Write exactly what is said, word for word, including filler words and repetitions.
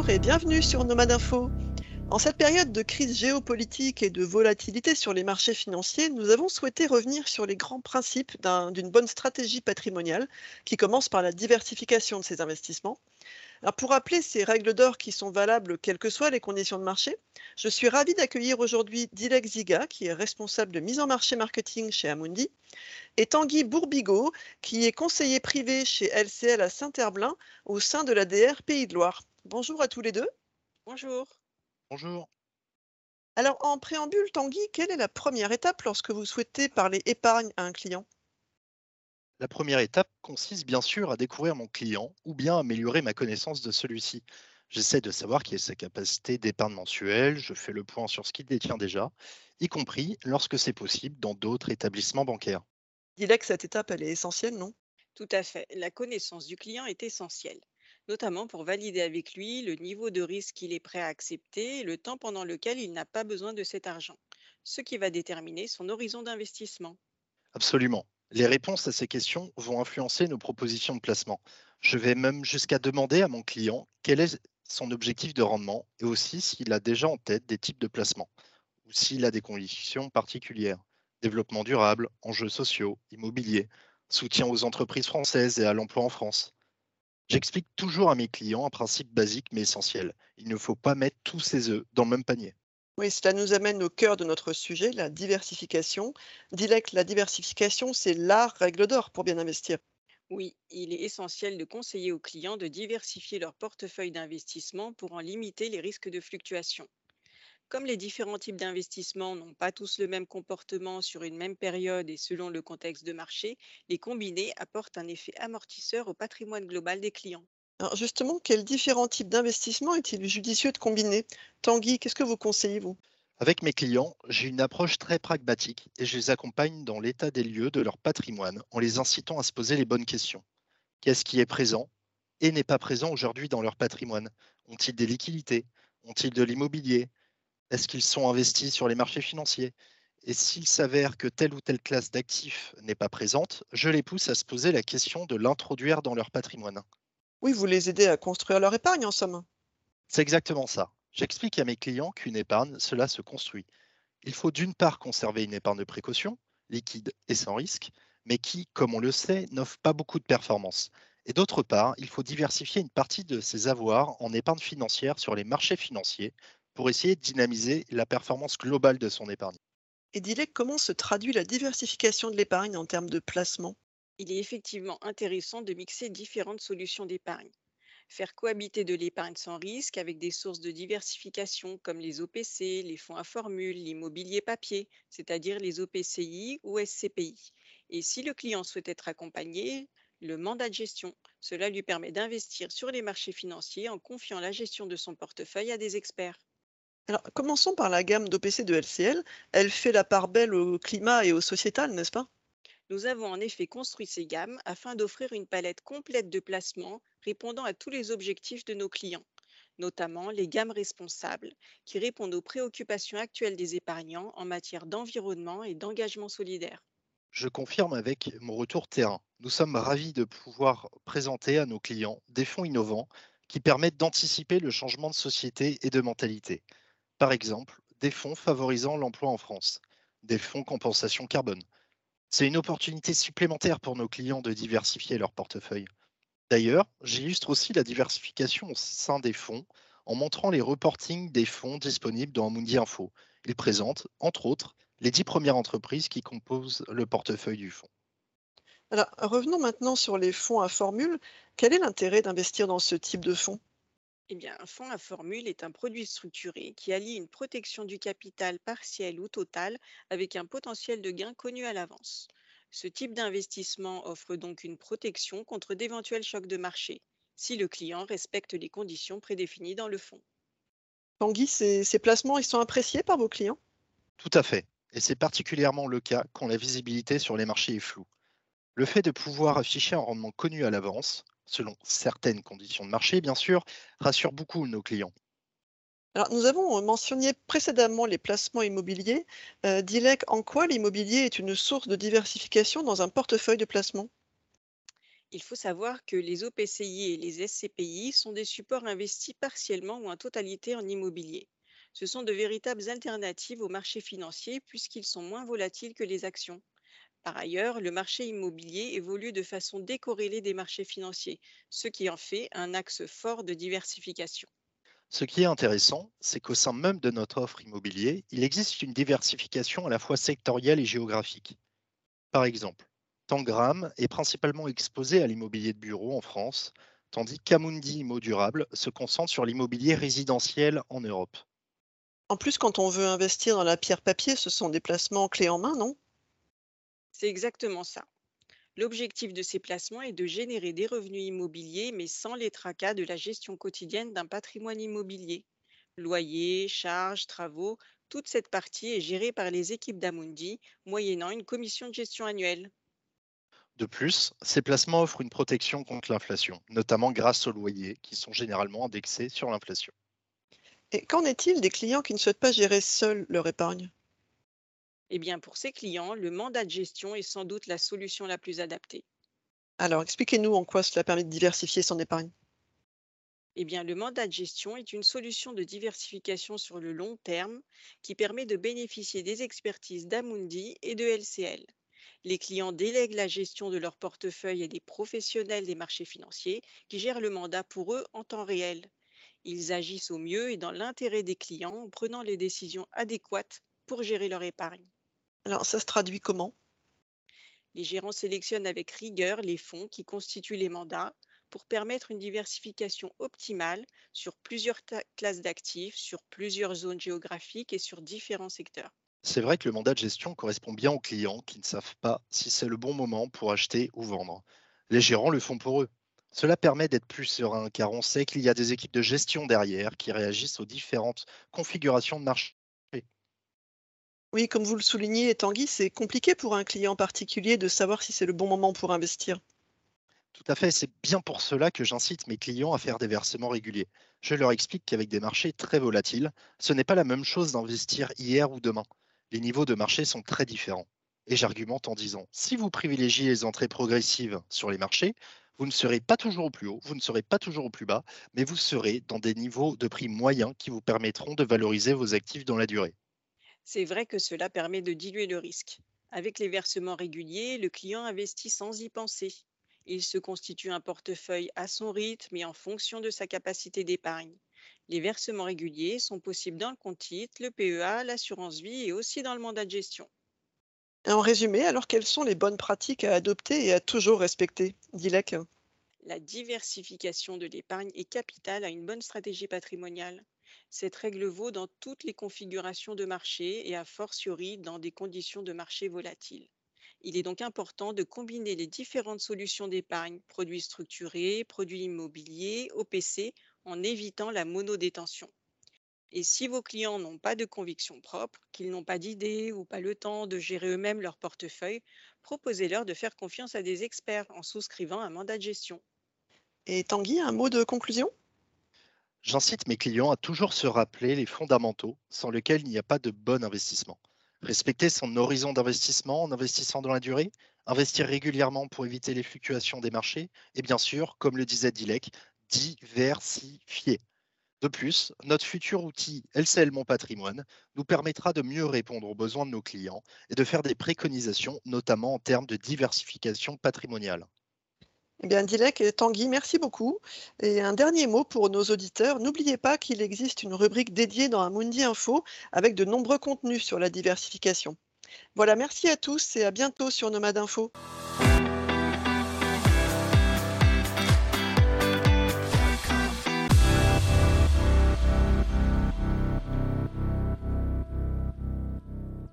Bonjour et bienvenue sur Nomade Info. En cette période de crise géopolitique et de volatilité sur les marchés financiers, nous avons souhaité revenir sur les grands principes d'un- d'une bonne stratégie patrimoniale qui commence par la diversification de ses investissements. Alors pour rappeler ces règles d'or qui sont valables quelles que soient les conditions de marché, je suis ravie d'accueillir aujourd'hui Dilek Ziga, qui est responsable de mise en marché marketing chez Amundi, et Tanguy Bourbigo, qui est conseiller privé chez L C L à Saint-Herblain au sein de l'A D R Pays de Loire. Bonjour à tous les deux. Bonjour. Bonjour. Alors, en préambule, Tanguy, quelle est la première étape lorsque vous souhaitez parler épargne à un client? La première étape consiste bien sûr à découvrir mon client ou bien améliorer ma connaissance de celui-ci. J'essaie de savoir quelle est sa capacité d'épargne mensuelle, je fais le point sur ce qu'il détient déjà, y compris lorsque c'est possible dans d'autres établissements bancaires. Dis-là que cette étape, elle est essentielle, non? Tout à fait. La connaissance du client est essentielle, notamment pour valider avec lui le niveau de risque qu'il est prêt à accepter et le temps pendant lequel il n'a pas besoin de cet argent, ce qui va déterminer son horizon d'investissement. Absolument. Les réponses à ces questions vont influencer nos propositions de placement. Je vais même jusqu'à demander à mon client quel est son objectif de rendement et aussi s'il a déjà en tête des types de placements ou s'il a des conditions particulières. Développement durable, enjeux sociaux, immobilier, soutien aux entreprises françaises et à l'emploi en France. J'explique toujours à mes clients un principe basique mais essentiel. Il ne faut pas mettre tous ses œufs dans le même panier. Oui, cela nous amène au cœur de notre sujet, la diversification. Dis-là que la diversification, c'est la règle d'or pour bien investir. Oui, il est essentiel de conseiller aux clients de diversifier leur portefeuille d'investissement pour en limiter les risques de fluctuation. Comme les différents types d'investissements n'ont pas tous le même comportement sur une même période et selon le contexte de marché, les combinés apportent un effet amortisseur au patrimoine global des clients. Alors justement, quels différents types d'investissements est-il judicieux de combiner? Tanguy, qu'est-ce que vous conseillez, vous? Avec mes clients, j'ai une approche très pragmatique et je les accompagne dans l'état des lieux de leur patrimoine en les incitant à se poser les bonnes questions. Qu'est-ce qui est présent et n'est pas présent aujourd'hui dans leur patrimoine? Ont-ils des liquidités? Ont-ils de l'immobilier? Est-ce qu'ils sont investis sur les marchés financiers? Et s'il s'avère que telle ou telle classe d'actifs n'est pas présente, je les pousse à se poser la question de l'introduire dans leur patrimoine. Oui, vous les aidez à construire leur épargne, en somme. C'est exactement ça. J'explique à mes clients qu'une épargne, cela se construit. Il faut d'une part conserver une épargne de précaution, liquide et sans risque, mais qui, comme on le sait, n'offre pas beaucoup de performance. Et d'autre part, il faut diversifier une partie de ses avoirs en épargne financière sur les marchés financiers pour essayer de dynamiser la performance globale de son épargne. Et dis-le, comment se traduit la diversification de l'épargne en termes de placement? Il est effectivement intéressant de mixer différentes solutions d'épargne. Faire cohabiter de l'épargne sans risque avec des sources de diversification comme les O P C, les fonds à formule, l'immobilier papier, c'est-à-dire les O P C I ou S C P I. Et si le client souhaite être accompagné, le mandat de gestion. Cela lui permet d'investir sur les marchés financiers en confiant la gestion de son portefeuille à des experts. Alors, commençons par la gamme d'O P C de L C L. Elle fait la part belle au climat et au sociétal, n'est-ce pas? Nous avons en effet construit ces gammes afin d'offrir une palette complète de placements répondant à tous les objectifs de nos clients, notamment les gammes responsables, qui répondent aux préoccupations actuelles des épargnants en matière d'environnement et d'engagement solidaire. Je confirme avec mon retour terrain. Nous sommes ravis de pouvoir présenter à nos clients des fonds innovants qui permettent d'anticiper le changement de société et de mentalité. Par exemple, des fonds favorisant l'emploi en France, des fonds compensation carbone. C'est une opportunité supplémentaire pour nos clients de diversifier leur portefeuille. D'ailleurs, j'illustre aussi la diversification au sein des fonds en montrant les reportings des fonds disponibles dans Amundi Info. Ils présentent, entre autres, les dix premières entreprises qui composent le portefeuille du fonds. Alors, revenons maintenant sur les fonds à formule. Quel est l'intérêt d'investir dans ce type de fonds? Eh bien, un fonds à formule est un produit structuré qui allie une protection du capital partielle ou totale avec un potentiel de gain connu à l'avance. Ce type d'investissement offre donc une protection contre d'éventuels chocs de marché, si le client respecte les conditions prédéfinies dans le fonds. Tanguy, ces, ces placements, ils sont appréciés par vos clients? Tout à fait. Et c'est particulièrement le cas quand la visibilité sur les marchés est floue. Le fait de pouvoir afficher un rendement connu à l'avance, selon certaines conditions de marché bien sûr, rassure beaucoup nos clients. Alors, nous avons euh, mentionné précédemment les placements immobiliers. Euh, Dilek, en quoi l'immobilier est une source de diversification dans un portefeuille de placement? Il faut savoir que les O P C I et les S C P I sont des supports investis partiellement ou en totalité en immobilier. Ce sont de véritables alternatives au marché financier puisqu'ils sont moins volatiles que les actions. Par ailleurs, le marché immobilier évolue de façon décorrélée des marchés financiers, ce qui en fait un axe fort de diversification. Ce qui est intéressant, c'est qu'au sein même de notre offre immobilier, il existe une diversification à la fois sectorielle et géographique. Par exemple, Tangram est principalement exposé à l'immobilier de bureau en France, tandis qu'Amundi Immo Durable se concentre sur l'immobilier résidentiel en Europe. En plus, quand on veut investir dans la pierre papier, ce sont des placements clés en main, non? C'est exactement ça. L'objectif de ces placements est de générer des revenus immobiliers, mais sans les tracas de la gestion quotidienne d'un patrimoine immobilier. Loyers, charges, travaux, toute cette partie est gérée par les équipes d'Amundi, moyennant une commission de gestion annuelle. De plus, ces placements offrent une protection contre l'inflation, notamment grâce aux loyers qui sont généralement indexés sur l'inflation. Et qu'en est-il des clients qui ne souhaitent pas gérer seuls leur épargne? Eh bien, pour ces clients, le mandat de gestion est sans doute la solution la plus adaptée. Alors, expliquez-nous en quoi cela permet de diversifier son épargne. Eh bien, le mandat de gestion est une solution de diversification sur le long terme qui permet de bénéficier des expertises d'Amundi et de L C L. Les clients délèguent la gestion de leur portefeuille à des professionnels des marchés financiers qui gèrent le mandat pour eux en temps réel. Ils agissent au mieux et dans l'intérêt des clients en prenant les décisions adéquates pour gérer leur épargne. Alors, ça se traduit comment? Les gérants sélectionnent avec rigueur les fonds qui constituent les mandats pour permettre une diversification optimale sur plusieurs ta- classes d'actifs, sur plusieurs zones géographiques et sur différents secteurs. C'est vrai que le mandat de gestion correspond bien aux clients qui ne savent pas si c'est le bon moment pour acheter ou vendre. Les gérants le font pour eux. Cela permet d'être plus serein car on sait qu'il y a des équipes de gestion derrière qui réagissent aux différentes configurations de marché. Oui, comme vous le soulignez, Tanguy, c'est compliqué pour un client particulier de savoir si c'est le bon moment pour investir. Tout à fait, c'est bien pour cela que j'incite mes clients à faire des versements réguliers. Je leur explique qu'avec des marchés très volatiles, ce n'est pas la même chose d'investir hier ou demain. Les niveaux de marché sont très différents. Et j'argumente en disant, si vous privilégiez les entrées progressives sur les marchés, vous ne serez pas toujours au plus haut, vous ne serez pas toujours au plus bas, mais vous serez dans des niveaux de prix moyens qui vous permettront de valoriser vos actifs dans la durée. C'est vrai que cela permet de diluer le risque. Avec les versements réguliers, le client investit sans y penser. Il se constitue un portefeuille à son rythme et en fonction de sa capacité d'épargne. Les versements réguliers sont possibles dans le compte titre, le P E A, l'assurance vie et aussi dans le mandat de gestion. Et en résumé, alors quelles sont les bonnes pratiques à adopter et à toujours respecter? Dilek. La diversification de l'épargne est capitale à une bonne stratégie patrimoniale. Cette règle vaut dans toutes les configurations de marché et a fortiori dans des conditions de marché volatiles. Il est donc important de combiner les différentes solutions d'épargne, produits structurés, produits immobiliers, O P C, en évitant la monodétention. Et si vos clients n'ont pas de conviction propre, qu'ils n'ont pas d'idées ou pas le temps de gérer eux-mêmes leur portefeuille, proposez-leur de faire confiance à des experts en souscrivant un mandat de gestion. Et Tanguy, un mot de conclusion? J'incite mes clients à toujours se rappeler les fondamentaux sans lesquels il n'y a pas de bon investissement. Respecter son horizon d'investissement en investissant dans la durée, investir régulièrement pour éviter les fluctuations des marchés et bien sûr, comme le disait Dilek, diversifier. De plus, notre futur outil L C L Mon Patrimoine nous permettra de mieux répondre aux besoins de nos clients et de faire des préconisations, notamment en termes de diversification patrimoniale. Eh bien, Dilek et Tanguy, merci beaucoup. Et un dernier mot pour nos auditeurs. N'oubliez pas qu'il existe une rubrique dédiée dans Amundi Info avec de nombreux contenus sur la diversification. Voilà, merci à tous et à bientôt sur Nomade Info.